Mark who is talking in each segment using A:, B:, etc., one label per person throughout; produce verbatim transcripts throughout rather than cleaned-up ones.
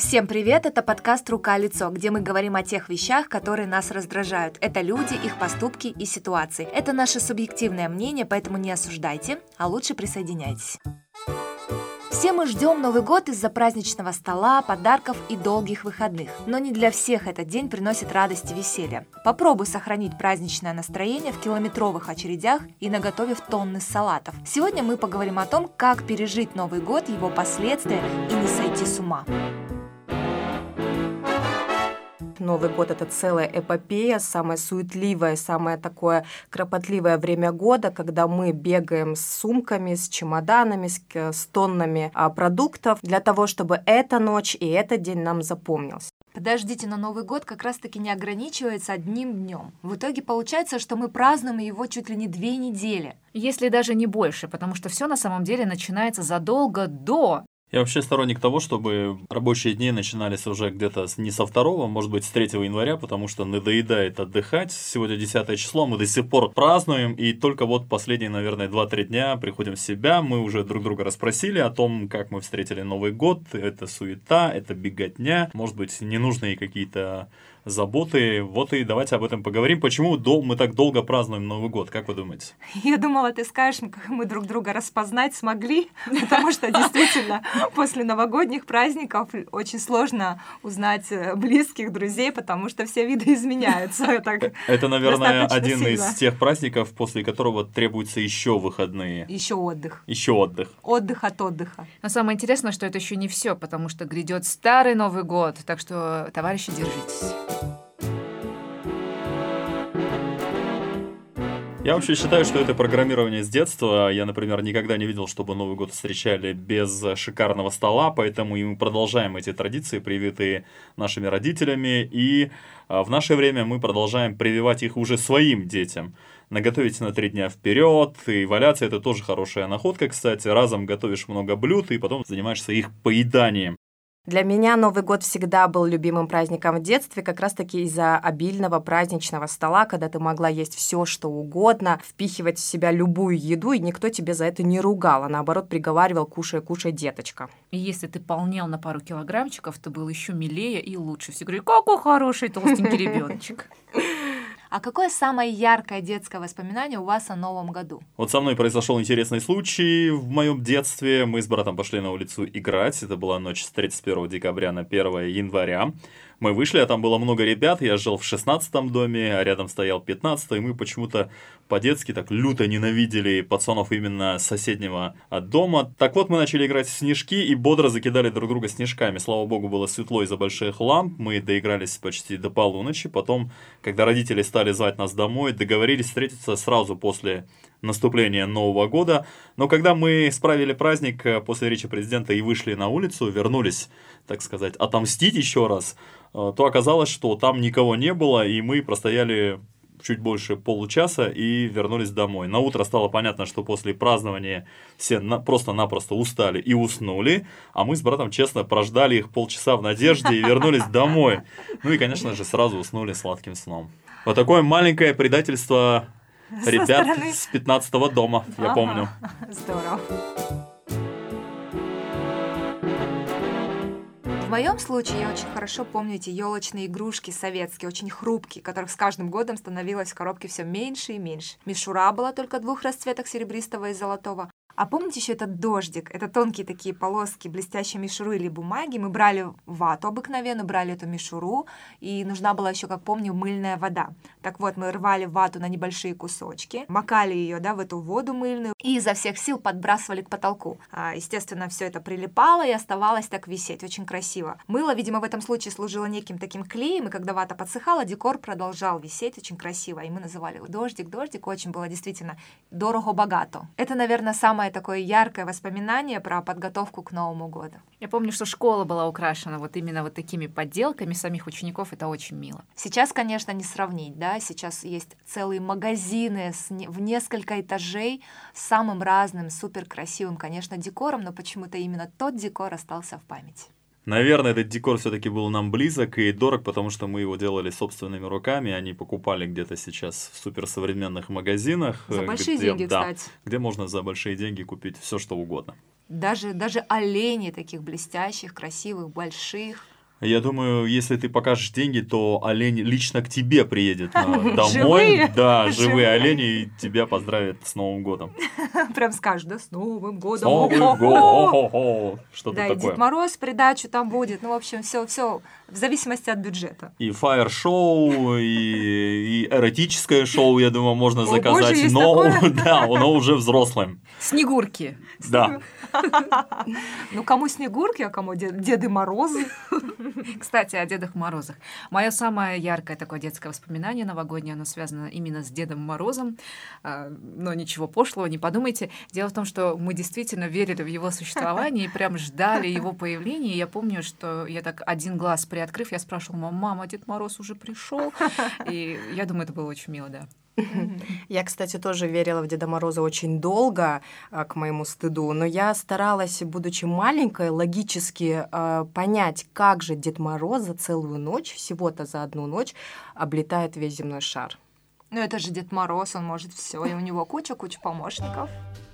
A: Всем привет, это подкаст «Рука-лицо», где мы говорим о тех вещах, которые нас раздражают. Это люди, их поступки и ситуации. Это наше субъективное мнение, поэтому не осуждайте, а лучше присоединяйтесь. Все мы ждем Новый год из-за праздничного стола, подарков и долгих выходных. Но не для всех этот день приносит радость и веселье. Попробуй сохранить праздничное настроение в километровых очередях и наготовив тонны салатов. Сегодня мы поговорим о том, как пережить Новый год, его последствия и не сойти с ума.
B: Новый год – это целая эпопея, самое суетливое, самое такое кропотливое время года, когда мы бегаем с сумками, с чемоданами, с, с тоннами а, продуктов для того, чтобы эта ночь и этот день нам запомнился.
A: Подождите, но Новый год как раз-таки не ограничивается одним днем. В итоге получается, что мы празднуем его чуть ли не две недели.
C: Если даже не больше, потому что все на самом деле начинается задолго до.
D: Я вообще сторонник того, чтобы рабочие дни начинались уже где-то не со второго, может быть, с третьего января, потому что надоедает отдыхать. Сегодня десятое число, мы до сих пор празднуем, и только вот последние, наверное, два-три дня приходим в себя. Мы уже друг друга расспросили о том, как мы встретили Новый год. Это суета, это беготня, может быть, ненужные какие-то заботы. Вот и давайте об этом поговорим. Почему мы так долго празднуем Новый год? Как вы думаете?
A: Я думала, ты скажешь, как мы друг друга распознать смогли, потому что действительно после новогодних праздников очень сложно узнать близких, друзей, потому что все виды изменяются.
D: Это, наверное, один из тех праздников, после которого требуются еще выходные.
A: Еще отдых.
D: Еще отдых.
A: Отдых от отдыха.
C: Но самое интересное, что это еще не все, потому что грядет старый Новый год. Так что, товарищи, держитесь.
D: Я вообще считаю, что это программирование с детства. Я, например, никогда не видел, чтобы Новый год встречали без шикарного стола, поэтому и мы продолжаем эти традиции, привитые нашими родителями, и в наше время мы продолжаем прививать их уже своим детям. Наготовить на три дня вперед, и валяться — это тоже хорошая находка, кстати. Разом готовишь много блюд, и потом занимаешься их поеданием.
B: Для меня Новый год всегда был любимым праздником в детстве, как раз-таки из-за обильного праздничного стола, когда ты могла есть все, что угодно, впихивать в себя любую еду, и никто тебе за это не ругал, а наоборот приговаривал: кушай, кушай, деточка.
C: И если ты полнел на пару килограммчиков, то был еще милее и лучше. Все говорили: какой хороший толстенький ребеночек.
A: А какое самое яркое детское воспоминание у вас о Новом году?
D: Вот со мной произошел интересный случай в моем детстве. Мы с братом пошли на улицу играть. Это была ночь с тридцать первого декабря на первое января. Мы вышли, а там было много ребят. Я жил в шестнадцатом доме, а рядом стоял пятнадцатый. И мы почему-то по-детски так люто ненавидели пацанов именно соседнего дома. Так вот, мы начали играть в снежки и бодро закидали друг друга снежками. Слава богу, было светло из-за больших ламп. Мы доигрались почти до полуночи. Потом, когда родители стали звать нас домой, договорились встретиться сразу после наступления Нового года. Но когда мы справили праздник после речи президента и вышли на улицу, вернулись, так сказать, отомстить еще раз, то оказалось, что там никого не было, и мы простояли чуть больше получаса и вернулись домой. На утро стало понятно, что после празднования все на- просто-напросто устали и уснули, а мы с братом честно прождали их полчаса в надежде и вернулись домой. Ну и, конечно же, сразу уснули сладким сном. Вот такое маленькое предательство ребят
A: стороны...
D: с пятнадцатого дома, я
A: ага,
D: помню.
A: Здорово. В моем случае я очень хорошо помню эти елочные игрушки советские, очень хрупкие, которых с каждым годом становилось в коробке все меньше и меньше. Мишура была только двух расцветок, серебристого и золотого. А помните еще этот дождик? Это тонкие такие полоски блестящей мишуры или бумаги. Мы брали вату обыкновенную, брали эту мишуру, и нужна была еще, как помню, мыльная вода. Так вот, мы рвали вату на небольшие кусочки, макали ее, да, в эту воду мыльную и изо всех сил подбрасывали к потолку. А, естественно, все это прилипало и оставалось так висеть. Очень красиво. Мыло, видимо, в этом случае служило неким таким клеем, и когда вата подсыхала, декор продолжал висеть очень красиво. И мы называли его дождик. Дождик очень было действительно дорого-богато. Это, наверное, самое такое яркое воспоминание про подготовку к Новому году.
C: Я помню, что школа была украшена вот именно вот такими подделками самих учеников. Это очень мило.
A: Сейчас, конечно, не сравнить, да, сейчас есть целые магазины с не, в несколько этажей с самым разным, супер красивым, конечно, декором, но почему-то именно тот декор остался в памяти.
D: Наверное, этот декор все-таки был нам близок и дорог, потому что мы его делали собственными руками, они покупали где-то сейчас в суперсовременных магазинах.
A: За большие
D: где,
A: деньги,
D: да,
A: кстати.
D: Где можно за большие деньги купить все, что угодно.
A: Даже, даже оленей таких блестящих, красивых, больших.
D: Я думаю, если ты покажешь деньги, то олень лично к тебе приедет на- домой.
A: Живые?
D: Да, живые
A: Живые.
D: олени, и тебя поздравят с Новым годом.
A: Прям скажешь, да, с Новым
D: С
A: годом!
D: Новым
A: о-хо-хо!»
D: годом! О-хо-хо! Что-то
A: Да, и Дед
D: такое.
A: Мороз в придачу там будет. Ну, в общем, все, все в зависимости от бюджета.
D: И фаер-шоу, и, и эротическое шоу, я думаю, можно
A: О, боже,
D: заказать,
A: есть
D: но,
A: такое?
D: да, но уже взрослым.
C: Снегурки.
D: Да.
A: Ну, кому Снегурки, а кому Дед- Деды Морозы.
C: Кстати, о Дедах Морозах. Мое самое яркое такое детское воспоминание новогоднее, оно связано именно с Дедом Морозом. А, Но ничего пошлого, не подумайте. Дело в том, что мы действительно верили в его существование и прям ждали его появления. И я помню, что я так один глаз приоткрыв, я спрашивала: «Мама, мама, Дед Мороз уже пришел?» И я думаю, это было очень мило, да.
B: Я, кстати, тоже верила в Деда Мороза очень долго, а, к моему стыду, но я старалась, будучи маленькой, логически а, понять, как же Дед Мороз за целую ночь, всего-то за одну ночь, облетает весь земной шар.
A: Ну, это же Дед Мороз, он может все, и у него куча-куча помощников.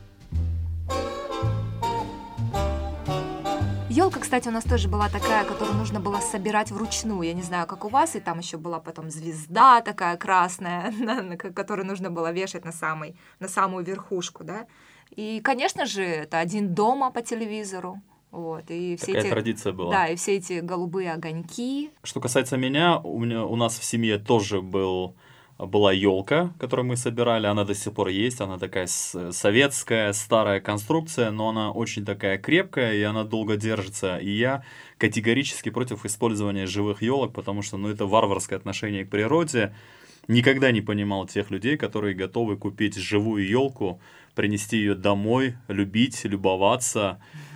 A: Елка, кстати, у нас тоже была такая, которую нужно было собирать вручную. Я не знаю, как у вас, и там еще была потом звезда такая красная, на- на ко- которую нужно было вешать на, самый, на самую верхушку, да. И, конечно же, это один дома по телевизору. Вот, и все
D: Такая
A: эти,
D: традиция была.
A: да, и все эти голубые огоньки.
D: Что касается меня, у меня у нас в семье тоже был, была елка, которую мы собирали. Она до сих пор есть. Она такая с- советская, старая конструкция, но она очень такая крепкая, и она долго держится. И я категорически против использования живых елок, потому что ну, это варварское отношение к природе. Никогда не понимал тех людей, которые готовы купить живую елку, принести ее домой, любить, любоваться,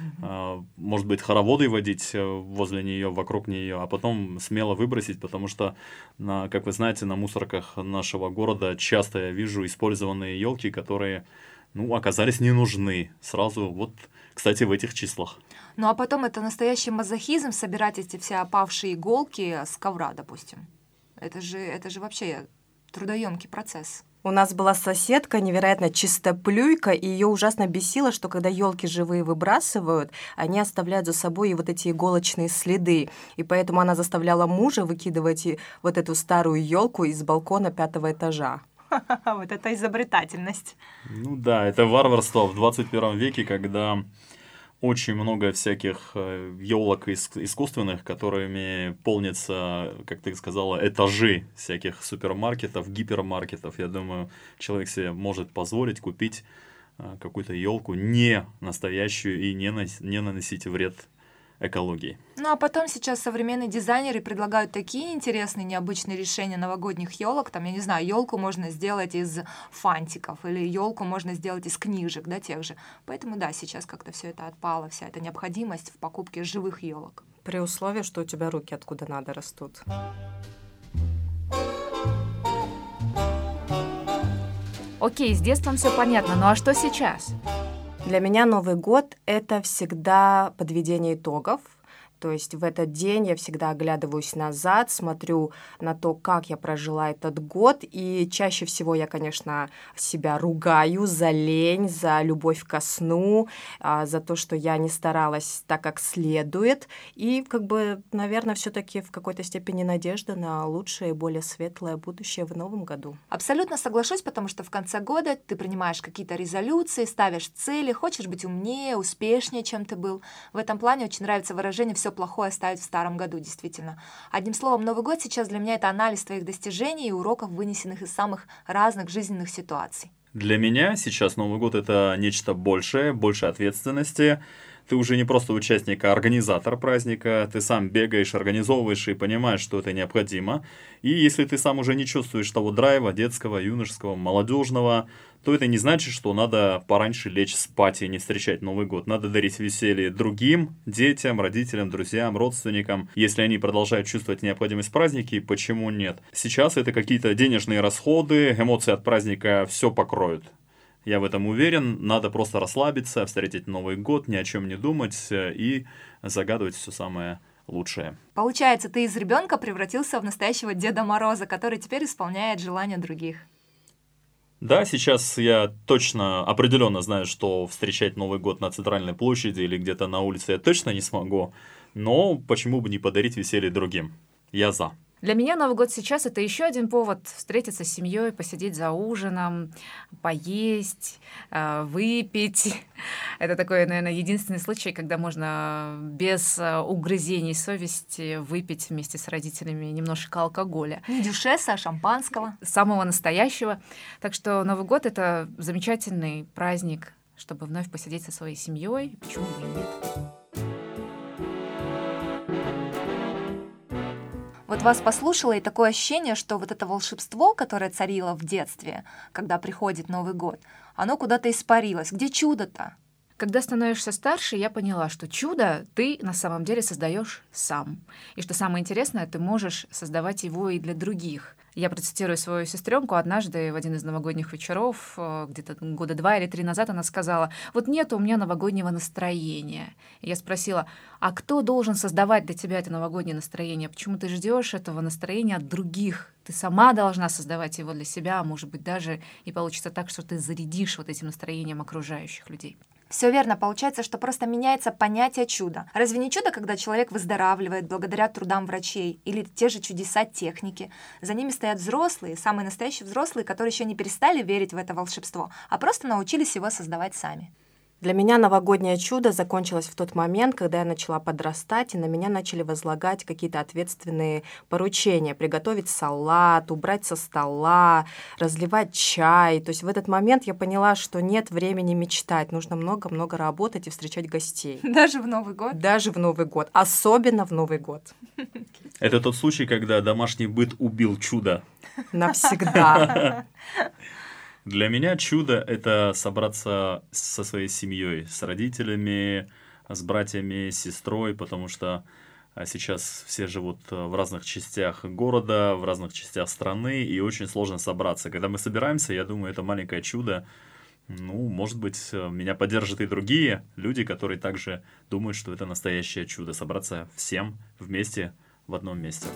D: а, может быть, хороводы водить э, возле нее, вокруг нее, а потом смело выбросить, потому что, на, как вы знаете, на мусорках нашего города часто я вижу использованные елки, которые, ну, оказались не нужны сразу, вот, кстати, в этих числах.
A: Ну а потом это настоящий мазохизм собирать эти все опавшие иголки с ковра, допустим. Это же, это же вообще трудоемкий процесс.
B: У нас была соседка, невероятно чистоплюйка, и ее ужасно бесило, что когда елки живые выбрасывают, они оставляют за собой и вот эти иголочные следы. И поэтому она заставляла мужа выкидывать и вот эту старую елку из балкона пятого этажа.
A: Вот это изобретательность.
D: Ну да, это варварство в двадцать первом веке, когда очень много всяких елок искусственных, которыми полнятся, как ты сказала, этажи всяких супермаркетов, гипермаркетов. Я думаю, человек себе может позволить купить э, какую-то елку не настоящую и не, нанос- не наносить вред экологии.
A: Ну а потом сейчас современные дизайнеры предлагают такие интересные, необычные решения новогодних елок. Там, я не знаю, елку можно сделать из фантиков, или елку можно сделать из книжек, да, тех же. Поэтому да, сейчас как-то все это отпало, вся эта необходимость в покупке живых елок.
B: При условии, что у тебя руки откуда надо растут.
C: Окей, с детством все понятно, ну а что сейчас?
B: Для меня Новый год — это всегда подведение итогов. То есть в этот день я всегда оглядываюсь назад, смотрю на то, как я прожила этот год, и чаще всего я, конечно, себя ругаю за лень, за любовь ко сну, а, за то, что я не старалась так, как следует, и, как бы, наверное, все-таки в какой-то степени надежда на лучшее и более светлое будущее в новом году.
A: Абсолютно соглашусь, потому что в конце года ты принимаешь какие-то резолюции, ставишь цели, хочешь быть умнее, успешнее, чем ты был. В этом плане очень нравится выражение «все плохое оставить в старом году», действительно. Одним словом, Новый год сейчас для меня это анализ твоих достижений и уроков, вынесенных из самых разных жизненных ситуаций.
D: Для меня сейчас Новый год — это нечто большее, больше ответственности. Ты уже не просто участник, а организатор праздника. Ты сам бегаешь, организовываешь и понимаешь, что это необходимо. И если ты сам уже не чувствуешь того драйва детского, юношеского, молодежного, то это не значит, что надо пораньше лечь спать и не встречать Новый год. Надо дарить веселье другим детям, родителям, друзьям, родственникам. Если они продолжают чувствовать необходимость в празднике, почему нет? Сейчас это какие-то денежные расходы, эмоции от праздника все покроют. Я в этом уверен. Надо просто расслабиться, встретить Новый год, ни о чем не думать и загадывать все самое лучшее.
A: Получается, ты из ребенка превратился в настоящего Деда Мороза, который теперь исполняет желания других.
D: Да, сейчас я точно, определенно знаю, что встречать Новый год на центральной площади или где-то на улице я точно не смогу. Но почему бы не подарить веселье другим? Я за.
C: Для меня Новый год сейчас — это еще один повод встретиться с семьей, посидеть за ужином, поесть, э, выпить. Это такой, наверное, единственный случай, когда можно без э, угрызений совести выпить вместе с родителями немножко алкоголя.
A: Не дюшеса, а шампанского.
C: Самого настоящего. Так что Новый год — это замечательный праздник, чтобы вновь посидеть со своей семьей. Почему бы и нет?
A: Вот вас послушала, и такое ощущение, что вот это волшебство, которое царило в детстве, когда приходит Новый год, оно куда-то испарилось. Где чудо-то?
C: Когда становишься старше, я поняла, что чудо ты на самом деле создаешь сам. И что самое интересное, ты можешь создавать его и для других. Я процитирую свою сестренку. Однажды в один из новогодних вечеров, где-то года два или три назад, она сказала: вот нет у меня новогоднего настроения. И я спросила: а кто должен создавать для тебя это новогоднее настроение? Почему ты ждешь этого настроения от других? Ты сама должна создавать его для себя, а может быть даже и получится так, что ты зарядишь вот этим настроением окружающих людей.
A: Все верно, получается, что просто меняется понятие чуда. Разве не чудо, когда человек выздоравливает благодаря трудам врачей или те же чудеса техники? За ними стоят взрослые, самые настоящие взрослые, которые еще не перестали верить в это волшебство, а просто научились его создавать сами.
B: Для меня новогоднее чудо закончилось в тот момент, когда я начала подрастать, и на меня начали возлагать какие-то ответственные поручения. Приготовить салат, убрать со стола, разливать чай. То есть в этот момент я поняла, что нет времени мечтать. Нужно много-много работать и встречать гостей.
A: Даже в Новый год?
B: Даже в Новый год. Особенно в Новый год.
D: Это тот случай, когда домашний быт убил чудо.
B: Навсегда.
D: Для меня чудо — это собраться со своей семьей, с родителями, с братьями, с сестрой, потому что сейчас все живут в разных частях города, в разных частях страны, и очень сложно собраться. Когда мы собираемся, я думаю, это маленькое чудо. Ну, может быть, меня поддержат и другие люди, которые также думают, что это настоящее чудо — собраться всем вместе в одном месте.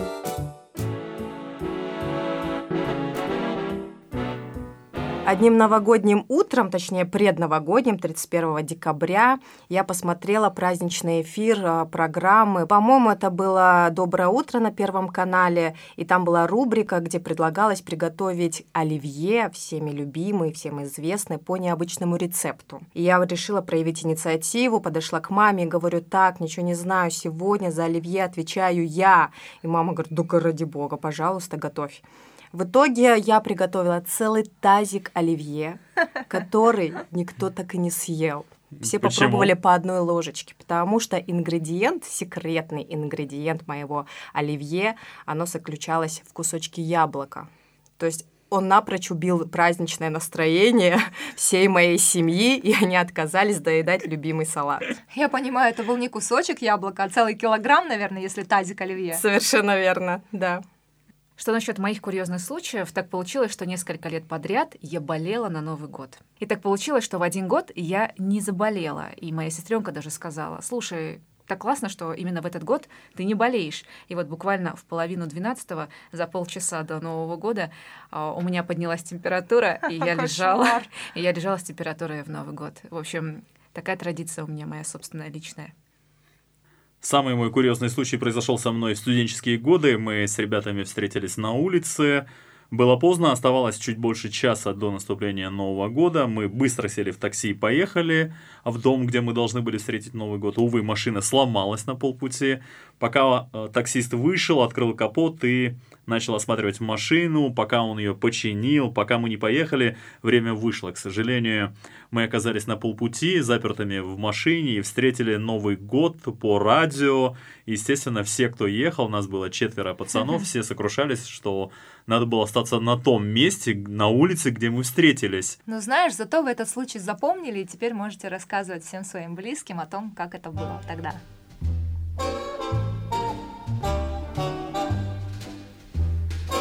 B: Одним новогодним утром, точнее предновогодним, тридцать первого декабря, я посмотрела праздничный эфир программы. По-моему, это было «Доброе утро» на Первом канале, и там была рубрика, где предлагалось приготовить оливье, всеми любимый, всем известный, по необычному рецепту. И я решила проявить инициативу, подошла к маме и говорю: так, ничего не знаю, сегодня за оливье отвечаю я. И мама говорит: да ради бога, пожалуйста, готовь. В итоге я приготовила целый тазик оливье, который никто так и не съел. Все
D: Почему?
B: Попробовали по одной ложечке, потому что ингредиент, секретный ингредиент моего оливье, оно заключалось в кусочке яблока. То есть он напрочь убил праздничное настроение всей моей семьи, и они отказались доедать любимый салат.
A: Я понимаю, это был не кусочек яблока, а целый килограмм, наверное, если тазик оливье.
B: Совершенно верно, да.
C: Что насчет моих курьезных случаев? Так получилось, что несколько лет подряд я болела на Новый год. И так получилось, что в один год я не заболела. И моя сестренка даже сказала: слушай, так классно, что именно в этот год ты не болеешь. И вот буквально в половину двенадцатого, за полчаса до Нового года, у меня поднялась температура, и я лежала, и я лежала с температурой в Новый год. В общем, такая традиция у меня моя собственная, личная.
D: Самый мой курьезный случай произошел со мной в студенческие годы. Мы с ребятами встретились на улице. Было поздно, оставалось чуть больше часа до наступления Нового года. Мы быстро сели в такси и поехали в дом, где мы должны были встретить Новый год. Увы, машина сломалась на полпути. Пока э, таксист вышел, открыл капот и начал осматривать машину, пока он ее починил, пока мы не поехали, время вышло. К сожалению, мы оказались на полпути, запертыми в машине, и встретили Новый год по радио. Естественно, все, кто ехал, нас было четверо пацанов, все сокрушались, что надо было остаться на том месте, на улице, где мы встретились.
A: Ну, знаешь, зато вы этот случай запомнили, и теперь можете рассказывать всем своим близким о том, как это было тогда.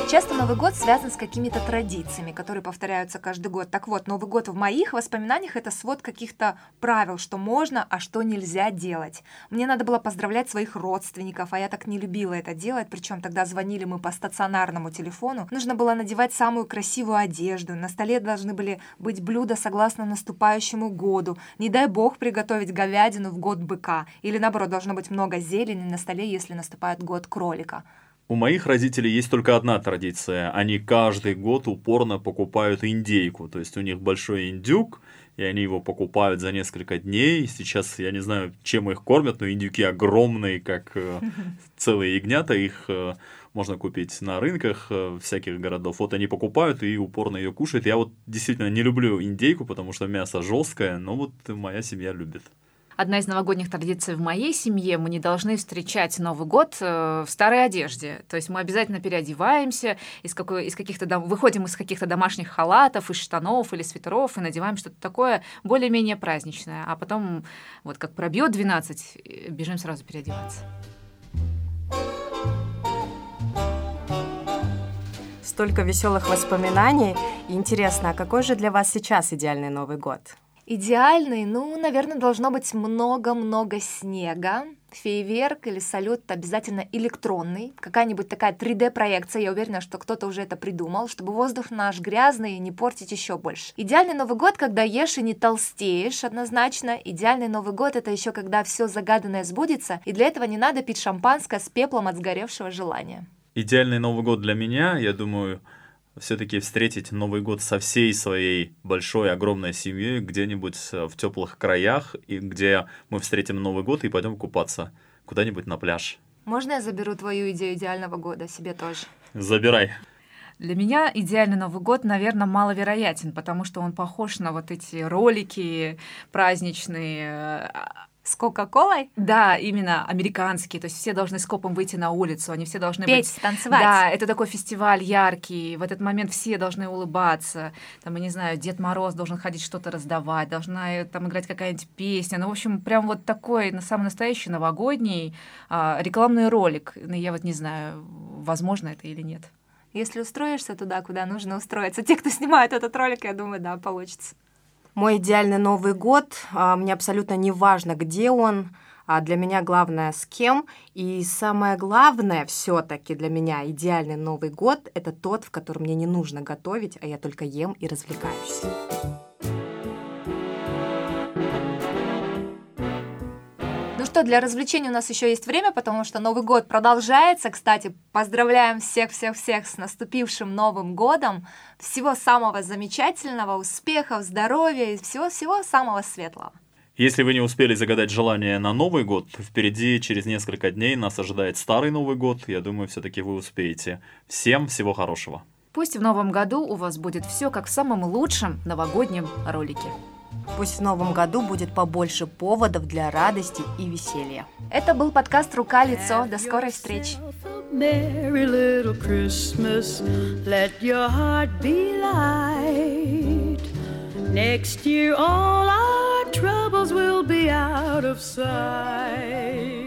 A: Часто Новый год связан с какими-то традициями, которые повторяются каждый год. Так вот, Новый год в моих воспоминаниях — это свод каких-то правил, что можно, а что нельзя делать. Мне надо было поздравлять своих родственников, а я так не любила это делать, причем тогда звонили мы по стационарному телефону. Нужно было надевать самую красивую одежду, на столе должны были быть блюда согласно наступающему году. Не дай бог приготовить говядину в год быка, или наоборот, должно быть много зелени на столе, если наступает год кролика.
D: У моих родителей есть только одна традиция. Они каждый год упорно покупают индейку. То есть у них большой индюк, и они его покупают за несколько дней. Сейчас я не знаю, чем их кормят, но индюки огромные, как э, целые ягнята. Их э, можно купить на рынках э, всяких городов. Вот они покупают и упорно ее кушают. Я вот действительно не люблю индейку, потому что мясо жесткое, но вот моя семья любит.
C: Одна из новогодних традиций в моей семье — мы не должны встречать Новый год в старой одежде. То есть мы обязательно переодеваемся, из, какой, из каких-то дом... выходим из каких-то домашних халатов, из штанов или свитеров и надеваем что-то такое более-менее праздничное. А потом, вот как пробьет двенадцать, бежим сразу переодеваться.
B: Столько веселых воспоминаний. Интересно, а какой же для вас сейчас идеальный Новый год?
A: Идеальный, ну, наверное, должно быть много-много снега, фейерверк или салют обязательно электронный, какая-нибудь такая три дэ-проекция, я уверена, что кто-то уже это придумал, чтобы воздух наш грязный не портить еще больше. Идеальный Новый год, когда ешь и не толстеешь, однозначно. Идеальный Новый год — это еще когда все загаданное сбудется, и для этого не надо пить шампанское с пеплом от сгоревшего желания.
D: Идеальный Новый год для меня, я думаю, все-таки встретить Новый год со всей своей большой, огромной семьей где-нибудь в теплых краях, и где мы встретим Новый год и пойдем купаться куда-нибудь на пляж.
A: Можно я заберу твою идею идеального года себе тоже?
D: Забирай.
C: Для меня идеальный Новый год, наверное, маловероятен, потому что он похож на вот эти ролики праздничные.
A: С Кока-Колой?
C: Да, именно американские. То есть все должны скопом выйти на улицу, они все должны
A: петь,
C: быть...
A: танцевать.
C: Да, это такой фестиваль яркий. В этот момент все должны улыбаться. Там, я не знаю, Дед Мороз должен ходить что-то раздавать, должна там играть какая-нибудь песня. Ну, в общем, прям вот такой самый настоящий новогодний а, рекламный ролик. Ну, я вот не знаю, возможно это или нет.
A: Если устроишься туда, куда нужно устроиться, те, кто снимает этот ролик, я думаю, да, получится.
B: Мой идеальный Новый год, а, мне абсолютно не важно, где он, а для меня главное с кем. И самое главное все-таки для меня идеальный Новый год — это тот, в котором мне не нужно готовить, а я только ем и развлекаюсь.
A: Ну что, для развлечений у нас еще есть время, потому что Новый год продолжается. Кстати, поздравляем всех-всех-всех с наступившим Новым годом. Всего самого замечательного, успехов, здоровья и всего-всего самого светлого.
D: Если вы не успели загадать желание на Новый год, впереди через несколько дней нас ожидает Старый Новый год. Я думаю, все-таки вы успеете. Всем всего хорошего.
C: Пусть в новом году у вас будет все как в самом лучшем новогоднем ролике.
B: Пусть в новом году будет побольше поводов для радости и веселья.
A: Это был подкаст «Рука-лицо». До скорой встречи.
E: Merry little Christmas, let your heart be light. Next year all our troubles will be out of sight.